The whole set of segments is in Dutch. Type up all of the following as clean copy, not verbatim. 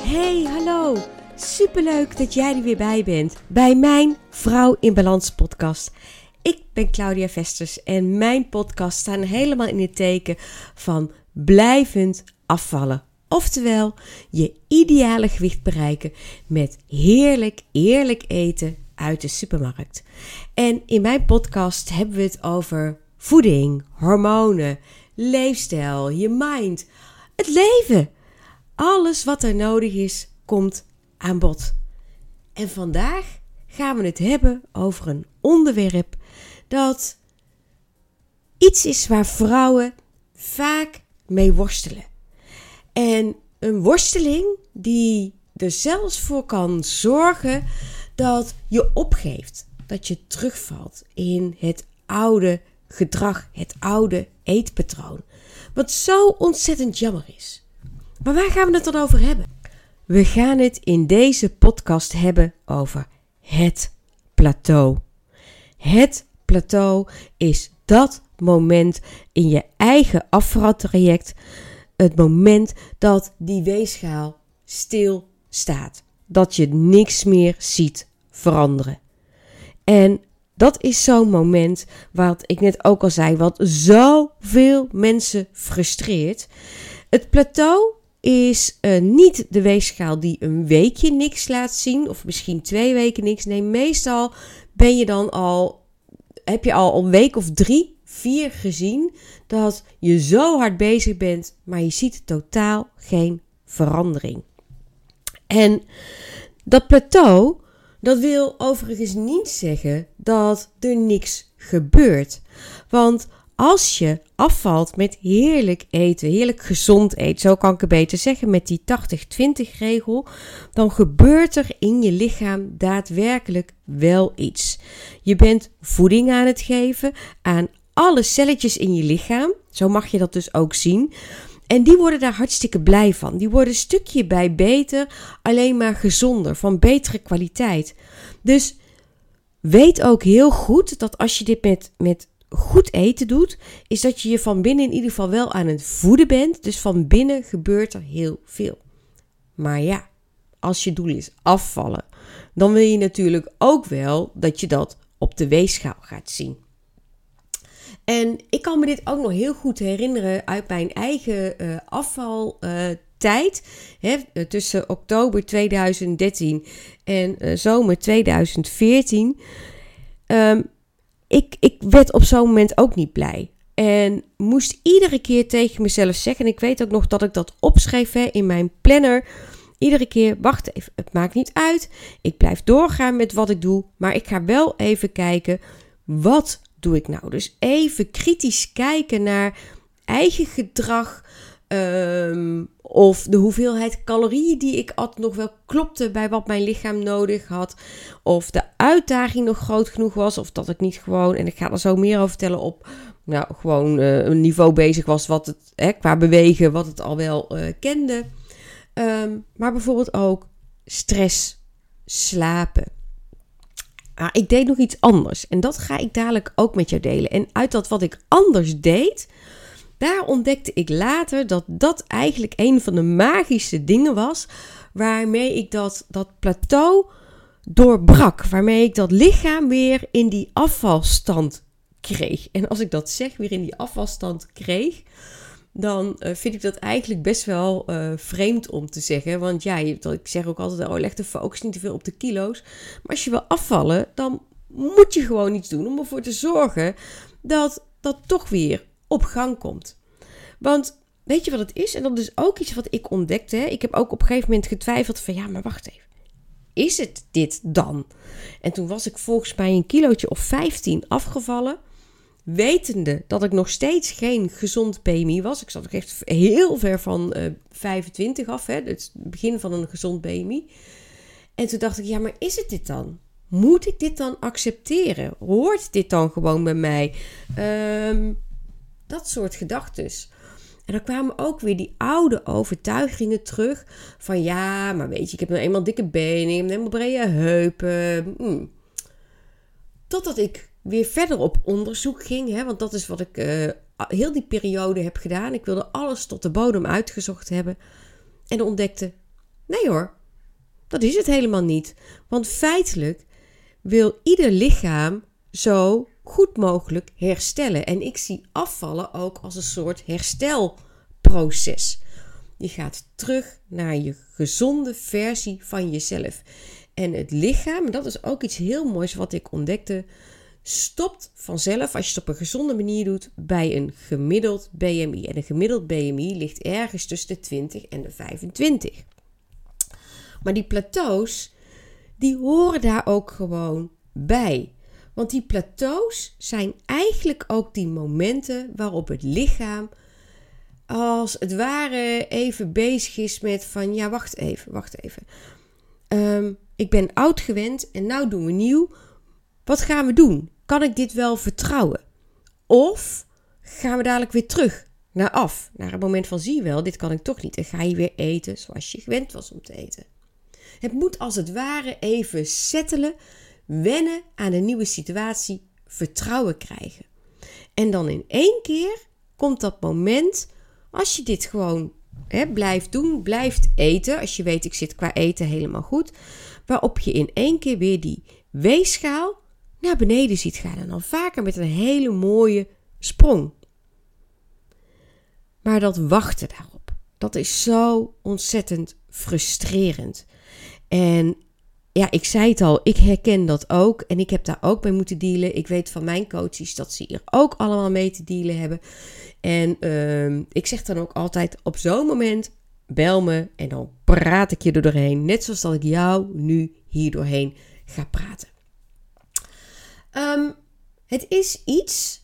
Hey, hallo. Superleuk dat jij er weer bij bent bij mijn Vrouw in Balans podcast. Ik ben Claudia Vesters en mijn podcast staan helemaal in het teken van blijvend afvallen. Oftewel, je ideale gewicht bereiken met heerlijk, eerlijk eten uit de supermarkt. En in mijn podcast hebben we het over voeding, hormonen, leefstijl, je mind, het leven. Alles wat er nodig is, komt aan bod. En vandaag gaan we het hebben over een onderwerp dat iets is waar vrouwen vaak mee worstelen. En een worsteling die er zelfs voor kan zorgen dat je opgeeft. Dat je terugvalt in het oude gedrag, het oude eetpatroon. Wat zo ontzettend jammer is. Maar waar gaan we het dan over hebben? We gaan het in deze podcast hebben over het plateau. Het plateau is dat moment in je eigen afvaltraject. Het moment dat die weegschaal stil staat. Dat je niks meer ziet veranderen. En dat is zo'n moment, wat ik net ook al zei, wat zoveel mensen frustreert. Het plateau is niet de weegschaal die een weekje niks laat zien, of misschien 2 weken niks. Nee, meestal heb je al een week of 3, 4 gezien dat je zo hard bezig bent, maar je ziet totaal geen verandering. En dat plateau, dat wil overigens niet zeggen dat er niks gebeurt. Want als je afvalt met heerlijk eten, heerlijk gezond eten, zo kan ik het beter zeggen, met die 80-20 regel, dan gebeurt er in je lichaam daadwerkelijk wel iets. Je bent voeding aan het geven aan alle celletjes in je lichaam, zo mag je dat dus ook zien. En die worden daar hartstikke blij van. Die worden stukje bij beter, alleen maar gezonder, van betere kwaliteit. Dus weet ook heel goed dat als je dit met goed eten doet, is dat je je van binnen in ieder geval wel aan het voeden bent. Dus van binnen gebeurt er heel veel. Maar ja, als je doel is afvallen, dan wil je natuurlijk ook wel dat je dat op de weegschaal gaat zien. En ik kan me dit ook nog heel goed herinneren uit mijn eigen afvaltijd. Tussen oktober 2013 en zomer 2014. Ik werd op zo'n moment ook niet blij. En moest iedere keer tegen mezelf zeggen. En ik weet ook nog dat ik dat opschreef in mijn planner. Iedere keer, wacht even, het maakt niet uit. Ik blijf doorgaan met wat ik doe. Maar ik ga wel even kijken, wat doe ik nou? Dus even kritisch kijken naar eigen gedrag. Of de hoeveelheid calorieën die ik at nog wel klopte bij wat mijn lichaam nodig had. Of de uitdaging nog groot genoeg was. Of dat ik niet gewoon, en ik ga er zo meer over vertellen, op gewoon een niveau bezig was wat het qua bewegen, wat het al wel kende. Maar bijvoorbeeld ook stress, slapen. Maar ik deed nog iets anders. En dat ga ik dadelijk ook met jou delen. En uit dat wat ik anders deed, daar ontdekte ik later dat dat eigenlijk een van de magische dingen was, waarmee ik dat plateau doorbrak. Waarmee ik dat lichaam weer in die afvalstand kreeg. En als ik dat zeg, weer in die afvalstand kreeg, dan vind ik dat eigenlijk best wel vreemd om te zeggen. Want ja, ik zeg ook altijd, leg de focus niet te veel op de kilo's. Maar als je wil afvallen, dan moet je gewoon iets doen om ervoor te zorgen dat dat toch weer op gang komt. Want weet je wat het is? En dat is ook iets wat ik ontdekte. Ik heb ook op een gegeven moment getwijfeld van, ja, maar wacht even. Is het dit dan? En toen was ik volgens mij een kilootje of 15 afgevallen. Wetende dat ik nog steeds geen gezond BMI was. Ik zat nog echt heel ver van 25 af. Het begin van een gezond BMI. En toen dacht ik, ja, maar is het dit dan? Moet ik dit dan accepteren? Hoort dit dan gewoon bij mij? Dat soort gedachtes. En dan kwamen ook weer die oude overtuigingen terug. Van ja, maar weet je, ik heb nou eenmaal dikke benen. Ik heb helemaal brede heupen. Totdat ik weer verder op onderzoek ging. Want dat is wat ik heel die periode heb gedaan. Ik wilde alles tot de bodem uitgezocht hebben. En ontdekte, Nee hoor, dat is het helemaal niet. Want feitelijk wil ieder lichaam zo goed mogelijk herstellen. En ik zie afvallen ook als een soort herstelproces. Je gaat terug naar je gezonde versie van jezelf. En het lichaam, dat is ook iets heel moois wat ik ontdekte, stopt vanzelf, als je het op een gezonde manier doet, bij een gemiddeld BMI. En een gemiddeld BMI ligt ergens tussen de 20 en de 25. Maar die plateaus, die horen daar ook gewoon bij. Want die plateaus zijn eigenlijk ook die momenten waarop het lichaam als het ware even bezig is met van, ja, wacht even. Ik ben oud gewend en nou doen we nieuw. Wat gaan we doen? Kan ik dit wel vertrouwen? Of gaan we dadelijk weer terug naar af? Naar het moment van, zie je wel, dit kan ik toch niet. En ga je weer eten zoals je gewend was om te eten. Het moet als het ware even settelen, wennen aan de nieuwe situatie, vertrouwen krijgen. En dan in één keer komt dat moment, als je dit gewoon blijft doen, blijft eten. Als je weet, ik zit qua eten helemaal goed. Waarop je in één keer weer die weegschaal naar beneden ziet gaan. En dan vaker met een hele mooie sprong. Maar dat wachten daarop, dat is zo ontzettend frustrerend. En ja, ik zei het al, ik herken dat ook. En ik heb daar ook mee moeten dealen. Ik weet van mijn coaches dat ze hier ook allemaal mee te dealen hebben. En ik zeg dan ook altijd, op zo'n moment bel me en dan praat ik je er doorheen. Net zoals dat ik jou nu hier doorheen ga praten. Het is iets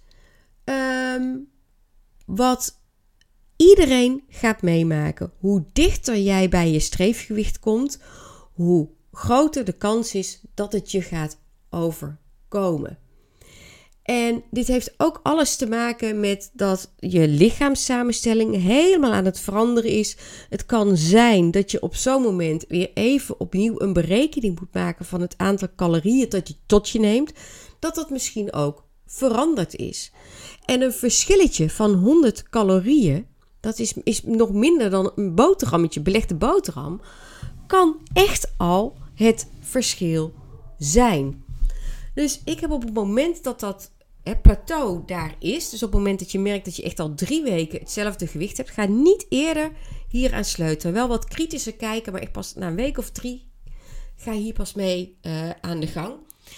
wat iedereen gaat meemaken. Hoe dichter jij bij je streefgewicht komt, hoe groter de kans is dat het je gaat overkomen. En dit heeft ook alles te maken met dat je lichaamssamenstelling helemaal aan het veranderen is. Het kan zijn dat je op zo'n moment weer even opnieuw een berekening moet maken van het aantal calorieën dat je tot je neemt. Dat misschien ook veranderd is. En een verschilletje van 100 calorieën, dat is nog minder dan een boterhammetje, belegde boterham, kan echt al het verschil zijn. Dus ik heb op het moment dat plateau daar is, dus op het moment dat je merkt dat je echt al 3 weken hetzelfde gewicht hebt, ga niet eerder hier aan sleutelen. Wel wat kritischer kijken, maar ik pas na een week of 3 ga hier pas mee aan de gang.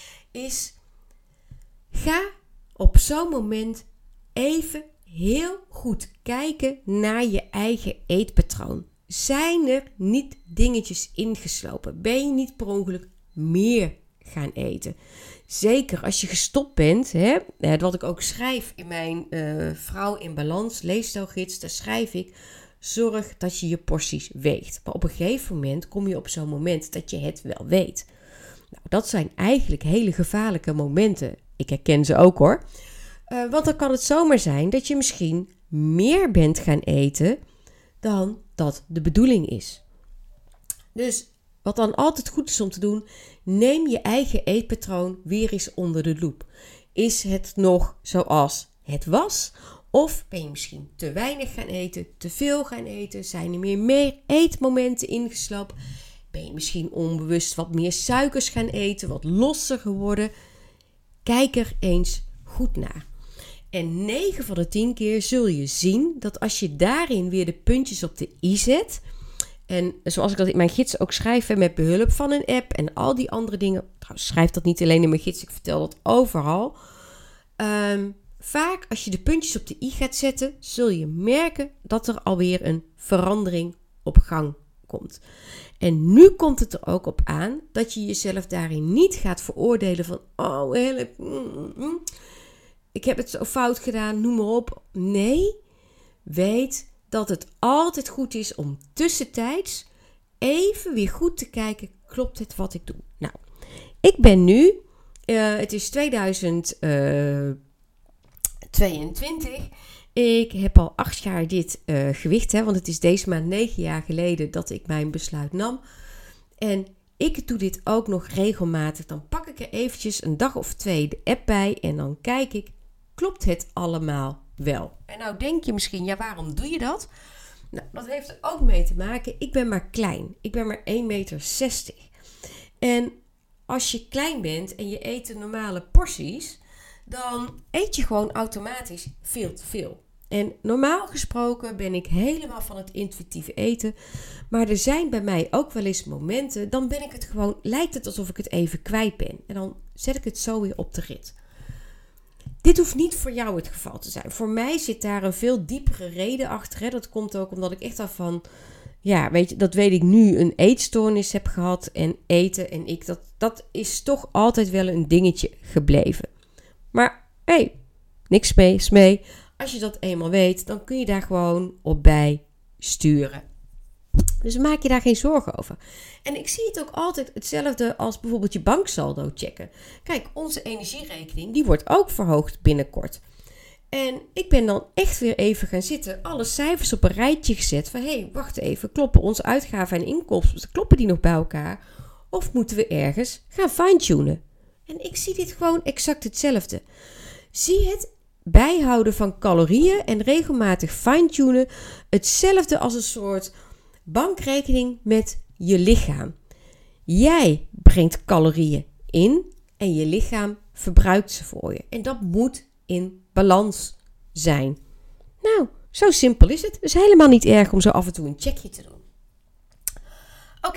Ga op zo'n moment even heel goed kijken naar je eigen eetpatroon. Zijn er niet dingetjes ingeslopen? Ben je niet per ongeluk meer gaan eten? Zeker als je gestopt bent, wat ik ook schrijf in mijn Vrouw in Balans leefstijlgids, daar schrijf ik, zorg dat je je porties weegt. Maar op een gegeven moment kom je op zo'n moment dat je het wel weet. Nou, dat zijn eigenlijk hele gevaarlijke momenten. Ik herken ze ook hoor. Want dan kan het zomaar zijn dat je misschien meer bent gaan eten dan dat de bedoeling is. Dus wat dan altijd goed is om te doen, neem je eigen eetpatroon weer eens onder de loep. Is het nog zoals het was? Of ben je misschien te weinig gaan eten, te veel gaan eten? Zijn er meer eetmomenten ingeslopen? Ben je misschien onbewust wat meer suikers gaan eten, wat losser geworden? Kijk er eens goed naar. En 9 van de 10 keer zul je zien dat als je daarin weer de puntjes op de i zet, en zoals ik dat in mijn gids ook schrijf, met behulp van een app en al die andere dingen. Trouwens, schrijf dat niet alleen in mijn gids, ik vertel dat overal. Vaak als je de puntjes op de i gaat zetten, zul je merken dat er alweer een verandering op gang komt. En nu komt het er ook op aan dat je jezelf daarin niet gaat veroordelen van, oh help, ik heb het zo fout gedaan, noem maar op. Nee, weet dat het altijd goed is om tussentijds even weer goed te kijken, klopt het wat ik doe? Nou, ik ben nu, het is 2022, ik heb al 8 jaar dit gewicht, want het is deze maand 9 jaar geleden dat ik mijn besluit nam. En ik doe dit ook nog regelmatig. Dan pak ik er eventjes een dag of 2 de app bij en dan kijk ik, klopt het allemaal wel? En nou denk je misschien, ja, waarom doe je dat? Nou, dat heeft er ook mee te maken. Ik ben maar klein. Ik ben maar 1,60 meter. En als je klein bent en je eet de normale porties, dan eet je gewoon automatisch veel te veel. En normaal gesproken ben ik helemaal van het intuïtieve eten. Maar er zijn bij mij ook wel eens momenten, dan ben ik het gewoon, lijkt het alsof ik het even kwijt ben. En dan zet ik het zo weer op de rit. Dit hoeft niet voor jou het geval te zijn. Voor mij zit daar een veel diepere reden achter. Hè. Dat komt ook omdat ik echt al van, ja, weet je, dat weet ik nu, een eetstoornis heb gehad. En eten en dat is toch altijd wel een dingetje gebleven. Maar niks mee. Als je dat eenmaal weet, dan kun je daar gewoon op bij sturen. Dus maak je daar geen zorgen over. En ik zie het ook altijd hetzelfde als bijvoorbeeld je banksaldo checken. Kijk, onze energierekening, die wordt ook verhoogd binnenkort. En ik ben dan echt weer even gaan zitten, alle cijfers op een rijtje gezet. Van wacht even, kloppen onze uitgaven en inkomsten, kloppen die nog bij elkaar? Of moeten we ergens gaan fine-tunen? En ik zie dit gewoon exact hetzelfde. Zie het bijhouden van calorieën en regelmatig fine-tunen hetzelfde als een soort bankrekening met je lichaam. Jij brengt calorieën in en je lichaam verbruikt ze voor je. En dat moet in balans zijn. Nou, zo simpel is het. Het is helemaal niet erg om zo af en toe een checkje te doen. Oké.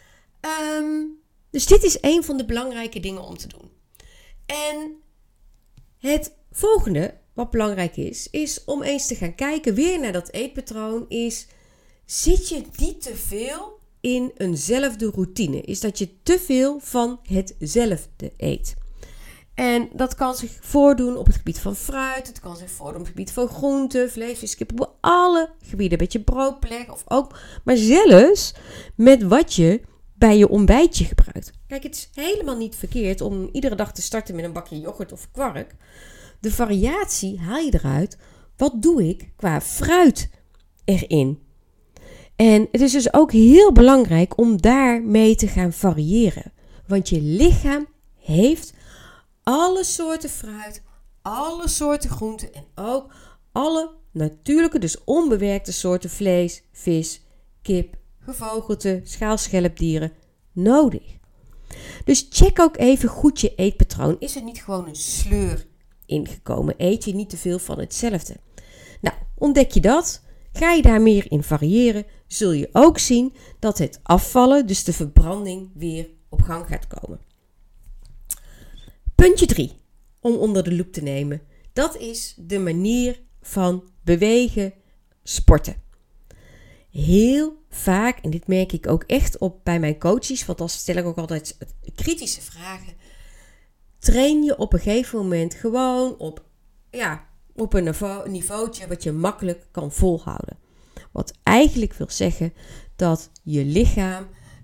Dus dit is een van de belangrijke dingen om te doen. En het volgende wat belangrijk is om eens te gaan kijken weer naar dat eetpatroon zit je niet te veel in eenzelfde routine? Is dat je te veel van hetzelfde eet? En dat kan zich voordoen op het gebied van fruit. Het kan zich voordoen op het gebied van groenten, vlees, vis, kip, op alle gebieden. Een beetje broodbeleg of ook, maar zelfs met wat je bij je ontbijtje gebruikt. Kijk, het is helemaal niet verkeerd om iedere dag te starten met een bakje yoghurt of kwark. De variatie haal je eruit. Wat doe ik qua fruit erin? En het is dus ook heel belangrijk om daarmee te gaan variëren. Want je lichaam heeft alle soorten fruit, alle soorten groenten en ook alle natuurlijke, dus onbewerkte soorten vlees, vis, kip, gevogelte, schaalschelpdieren nodig. Dus check ook even goed je eetpatroon. Is er niet gewoon een sleur ingekomen? Eet je niet te veel van hetzelfde? Nou, ontdek je dat? Ga je daar meer in variëren, zul je ook zien dat het afvallen, dus de verbranding, weer op gang gaat komen. Puntje 3, om onder de loep te nemen. Dat is de manier van bewegen, sporten. Heel vaak, en dit merk ik ook echt op bij mijn coaches, want dan stel ik ook altijd kritische vragen. Train je op een gegeven moment gewoon op een niveautje wat je makkelijk kan volhouden. Wat eigenlijk wil zeggen dat je lichaam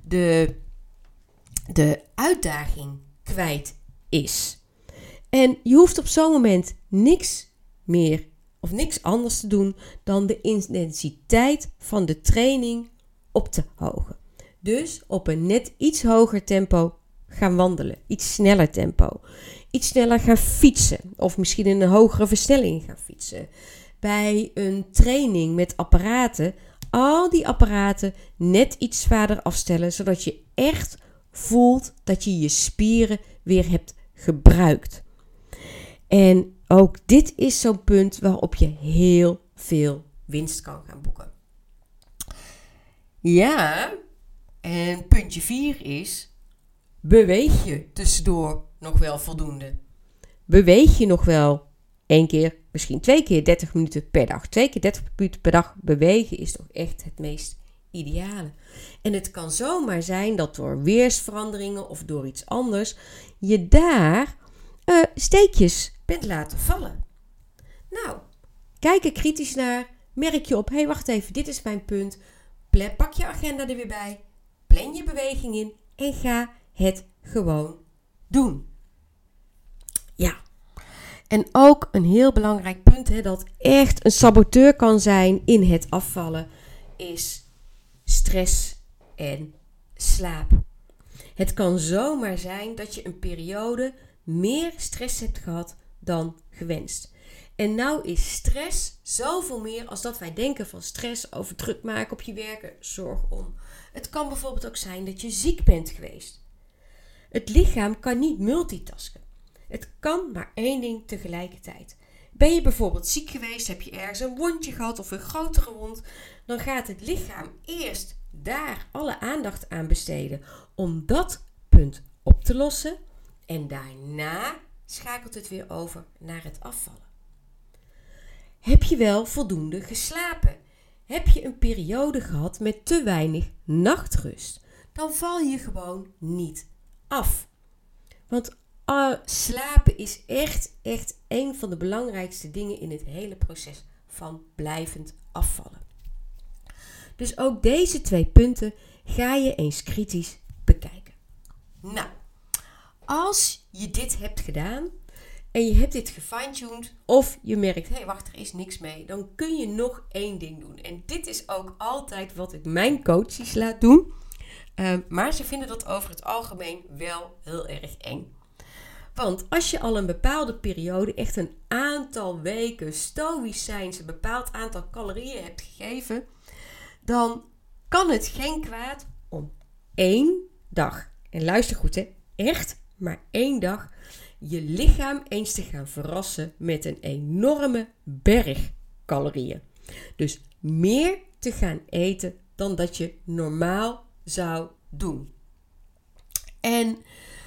de uitdaging kwijt is. En je hoeft op zo'n moment niks meer of niks anders te doen dan de intensiteit van de training op te hogen. Dus op een net iets hoger tempo gaan wandelen. Iets sneller tempo. Iets sneller gaan fietsen. Of misschien in een hogere versnelling gaan fietsen. Bij een training met apparaten, al die apparaten net iets zwaarder afstellen, zodat je echt voelt dat je je spieren weer hebt gebruikt. En ook dit is zo'n punt waarop je heel veel winst kan gaan boeken. Ja, en puntje 4 is, beweeg je tussendoor nog wel voldoende? Beweeg je nog wel 1 keer, misschien 2 keer 30 minuten per dag? 2 keer 30 minuten per dag bewegen is toch echt het meest ideale. En het kan zomaar zijn dat door weersveranderingen of door iets anders je daar steekjes bent laten vallen. Nou, kijk er kritisch naar. Merk je op, wacht even, dit is mijn punt. Pak je agenda er weer bij. Plan je beweging in en ga het gewoon doen. Ja. En ook een heel belangrijk punt, dat echt een saboteur kan zijn in het afvallen, is stress en slaap. Het kan zomaar zijn dat je een periode meer stress hebt gehad dan gewenst. En nou is stress zoveel meer als dat wij denken van stress over druk maken op je werken. Zorg om. Het kan bijvoorbeeld ook zijn dat je ziek bent geweest. Het lichaam kan niet multitasken. Het kan maar één ding tegelijkertijd. Ben je bijvoorbeeld ziek geweest, heb je ergens een wondje gehad of een grotere wond, dan gaat het lichaam eerst daar alle aandacht aan besteden om dat punt op te lossen en daarna schakelt het weer over naar het afvallen. Heb je wel voldoende geslapen? Heb je een periode gehad met te weinig nachtrust? Dan val je gewoon niet af. Want slapen is echt een van de belangrijkste dingen in het hele proces van blijvend afvallen. Dus ook deze 2 punten ga je eens kritisch bekijken. Nou, als je dit hebt gedaan en je hebt dit gefine-tuned of je merkt, hé, wacht, er is niks mee, dan kun je nog 1 ding doen. En dit is ook altijd wat ik mijn coaches laat doen. Maar ze vinden dat over het algemeen wel heel erg eng. Want als je al een bepaalde periode, echt een aantal weken stoïcijns, een bepaald aantal calorieën hebt gegeven, dan kan het geen kwaad om 1 dag, en luister goed hè, echt maar 1 dag, je lichaam eens te gaan verrassen met een enorme berg calorieën. Dus meer te gaan eten dan dat je normaal zou doen. En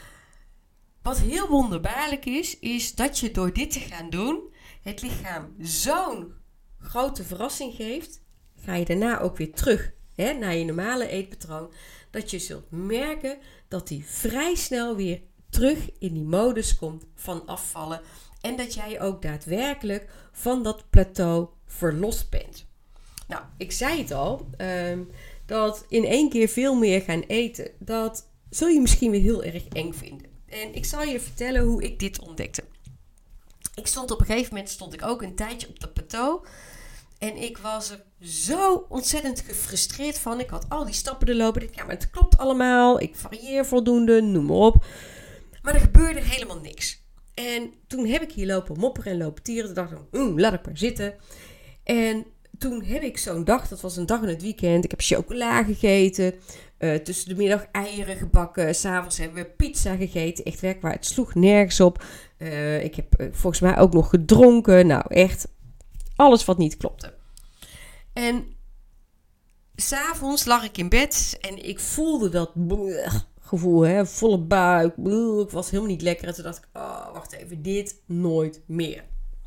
wat heel wonderbaarlijk is dat je door dit te gaan doen, het lichaam zo'n grote verrassing geeft, ga je daarna ook weer terug naar je normale eetpatroon, dat je zult merken dat die vrij snel weer terug in die modus komt van afvallen en dat jij ook daadwerkelijk van dat plateau verlost bent. Nou, ik zei het al, dat in 1 keer veel meer gaan eten, dat zul je misschien weer heel erg eng vinden. En ik zal je vertellen hoe ik dit ontdekte. Ik stond op een gegeven moment ook een tijdje op dat plateau. En ik was er zo ontzettend gefrustreerd van. Ik had al die stappen er lopen. Ja, maar het klopt allemaal. Ik varieer voldoende, noem maar op. Maar er gebeurde helemaal niks. En toen heb ik hier lopen mopperen en lopen tieren. Toen dacht ik, laat ik maar zitten. En toen heb ik zo'n dag, dat was een dag in het weekend. Ik heb chocola gegeten. Tussen de middag eieren gebakken. 's Avonds hebben we pizza gegeten. Echt werkbaar, het sloeg nergens op. Ik heb volgens mij ook nog gedronken. Nou, echt alles wat niet klopte. En 's avonds lag ik in bed en ik voelde dat gevoel, volle buik. Ik was helemaal niet lekker. En toen dacht ik, wacht even, dit nooit meer.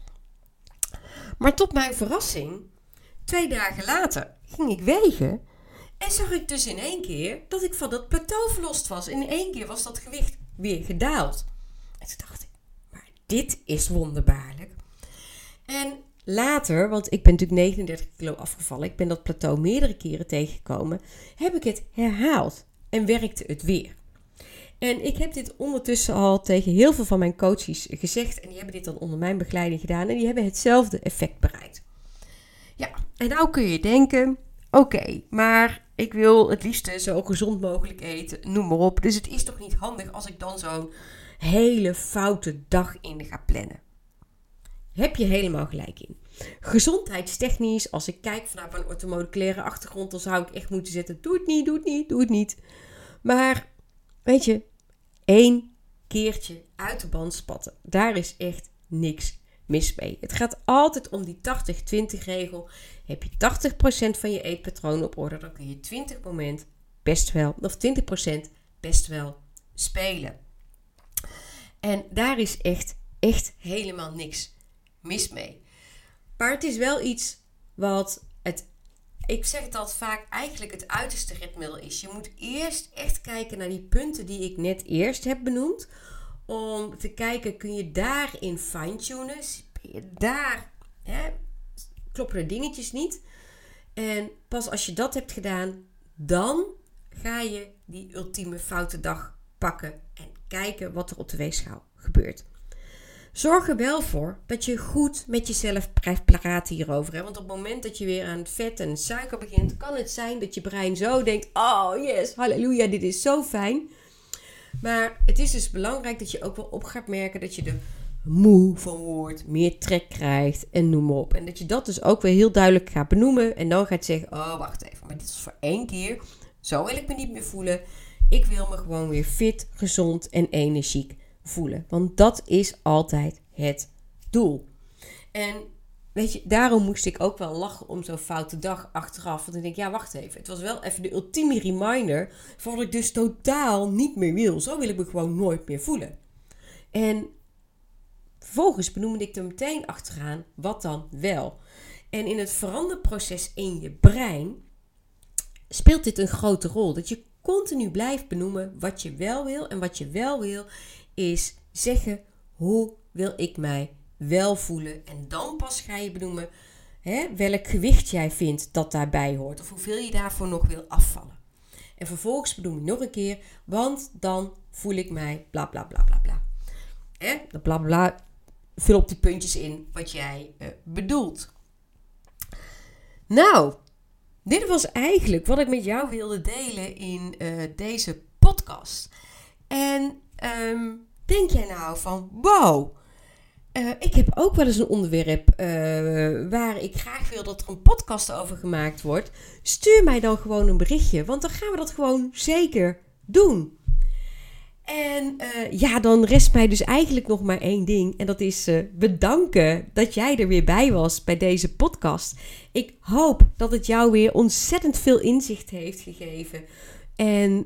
Maar tot mijn verrassing, 2 dagen later ging ik wegen en zag ik dus in 1 keer dat ik van dat plateau verlost was. In 1 keer was dat gewicht weer gedaald. En toen dacht ik, maar dit is wonderbaarlijk. En later, want ik ben natuurlijk 39 kilo afgevallen, ik ben dat plateau meerdere keren tegengekomen, heb ik het herhaald en werkte het weer. En ik heb dit ondertussen al tegen heel veel van mijn coaches gezegd en die hebben dit dan onder mijn begeleiding gedaan en die hebben hetzelfde effect bereikt. Ja, en nou kun je denken, oké, maar ik wil het liefst zo gezond mogelijk eten, noem maar op. Dus het is toch niet handig als ik dan zo'n hele foute dag in ga plannen. Heb je helemaal gelijk in. Gezondheidstechnisch, als ik kijk vanuit mijn orthomoleculaire achtergrond, dan zou ik echt moeten zetten, doe het niet. Maar, weet je, 1 keertje uit de band spatten, daar is echt niks mis mee. Het gaat altijd om die 80-20 regel. Heb je 80% van je eetpatroon op orde, dan kun je 20% best wel spelen. En daar is echt helemaal niks mis mee. Maar het is wel iets wat ik zeg het altijd vaak, eigenlijk het uiterste redmiddel is. Je moet eerst echt kijken naar die punten die ik net eerst heb benoemd. Om te kijken, kun je daarin fine-tunen? Ben je daar? Kloppen de dingetjes niet? En pas als je dat hebt gedaan, dan ga je die ultieme foute dag pakken en kijken wat er op de weegschaal gebeurt. Zorg er wel voor dat je goed met jezelf blijft praten hierover. Want op het moment dat je weer aan het vet en suiker begint, kan het zijn dat je brein zo denkt, oh yes, halleluja, dit is zo fijn. Maar het is dus belangrijk dat je ook wel op gaat merken dat je de moe van wordt, meer trek krijgt en noem maar op. En dat je dat dus ook weer heel duidelijk gaat benoemen en dan gaat zeggen, oh wacht even, maar dit is voor 1 keer. Zo wil ik me niet meer voelen. Ik wil me gewoon weer fit, gezond en energiek voelen. Want dat is altijd het doel. En weet je, daarom moest ik ook wel lachen om zo'n foute dag achteraf. Want ik denk, ja wacht even. Het was wel even de ultieme reminder van wat ik dus totaal niet meer wil. Zo wil ik me gewoon nooit meer voelen. En vervolgens benoemde ik er meteen achteraan wat dan wel. En in het veranderproces in je brein speelt dit een grote rol. Dat je continu blijft benoemen wat je wel wil. En wat je wel wil is zeggen, hoe wil ik mij wel voelen? En dan pas ga je benoemen welk gewicht jij vindt dat daarbij hoort. Of hoeveel je daarvoor nog wil afvallen. En vervolgens benoem je nog een keer, want dan voel ik mij bla bla bla bla bla. Dat bla bla, vul op die puntjes in wat jij bedoelt. Nou, dit was eigenlijk wat ik met jou wilde delen in deze podcast. En denk jij nou van, wow, ik heb ook wel eens een onderwerp waar ik graag wil dat er een podcast over gemaakt wordt. Stuur mij dan gewoon een berichtje, want dan gaan we dat gewoon zeker doen. En dan rest mij dus eigenlijk nog maar 1 ding. En dat is bedanken dat jij er weer bij was bij deze podcast. Ik hoop dat het jou weer ontzettend veel inzicht heeft gegeven. En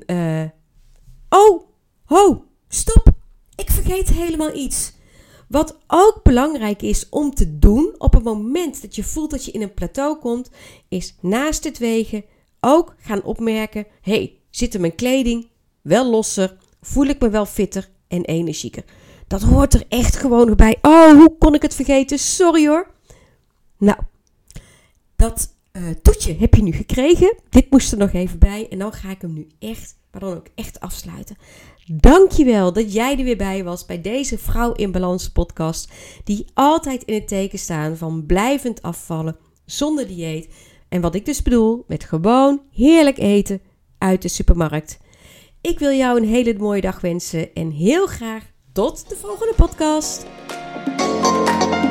stop! Ik vergeet helemaal iets. Wat ook belangrijk is om te doen op het moment dat je voelt dat je in een plateau komt, is naast het wegen ook gaan opmerken, zit mijn kleding wel losser? Voel ik me wel fitter en energieker? Dat hoort er echt gewoon bij. Oh, hoe kon ik het vergeten? Sorry hoor. Nou, dat toetje heb je nu gekregen. Dit moest er nog even bij. En dan ga ik hem nu echt afsluiten. Dankjewel dat jij er weer bij was bij deze Vrouw in Balans podcast. Die altijd in het teken staan van blijvend afvallen zonder dieet. En wat ik dus bedoel met gewoon heerlijk eten uit de supermarkt. Ik wil jou een hele mooie dag wensen en heel graag tot de volgende podcast.